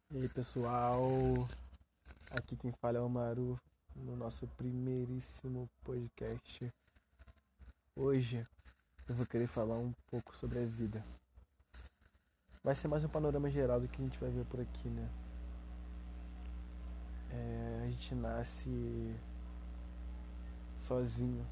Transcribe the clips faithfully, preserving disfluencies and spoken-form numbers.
E aí pessoal, aqui quem fala é o Maru no nosso primeiríssimo podcast. Hoje eu vou querer falar um pouco sobre a vida. Vai ser mais um panorama geral do que a gente vai ver por aqui, né? É, a gente nasce sozinho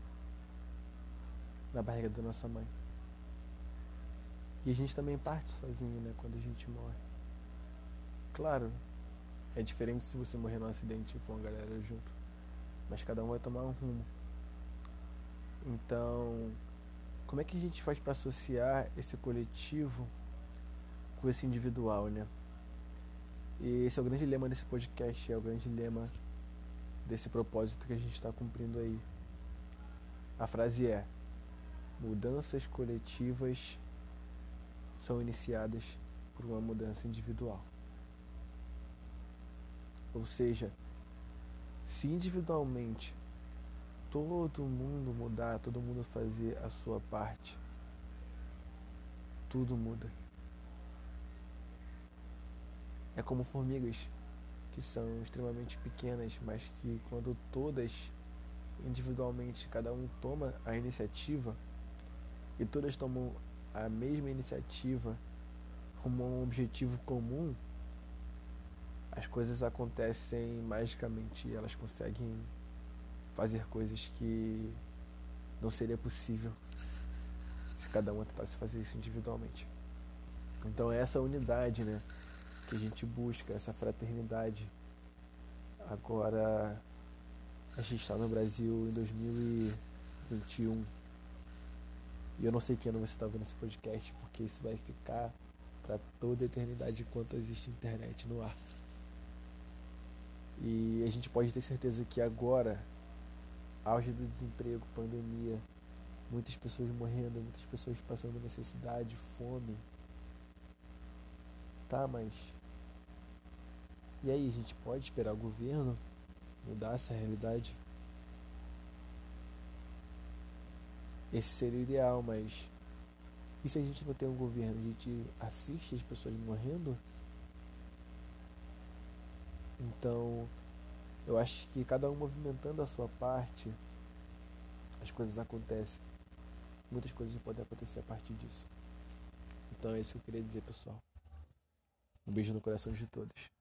na barriga da nossa mãe. E a gente também parte sozinho, né? Quando a gente morre. Claro, é diferente se você morrer num acidente e for uma galera junto. Mas cada um vai tomar um rumo. Então, como é que a gente faz para associar esse coletivo com esse individual, né? E esse é o grande lema desse podcast, é o grande lema desse propósito que a gente está cumprindo aí. A frase é: mudanças coletivas são iniciadas por uma mudança individual. Ou seja, se individualmente todo mundo mudar, todo mundo fazer a sua parte, tudo muda. É como formigas, que são extremamente pequenas, mas que quando todas individualmente cada um toma a iniciativa e todas tomam a mesma iniciativa rumo a um objetivo comum, as coisas acontecem magicamente e elas conseguem fazer coisas que não seria possível se cada um tentasse fazer isso individualmente. Então é essa unidade, né, que a gente busca, essa fraternidade. Agora a gente está no Brasil em dois mil e vinte e um e eu não sei que ano você está vendo esse podcast, porque isso vai ficar para toda a eternidade enquanto existe internet no ar. E a gente pode ter certeza que agora, auge do desemprego, pandemia, muitas pessoas morrendo, muitas pessoas passando necessidade, fome. Tá, mas e aí, a gente pode esperar o governo mudar essa realidade? Esse seria o ideal, mas e se a gente não tem um governo? A gente assiste as pessoas morrendo? Então, eu acho que cada um movimentando a sua parte, as coisas acontecem. Muitas coisas podem acontecer a partir disso. Então é isso que eu queria dizer, pessoal. Um beijo no coração de todos.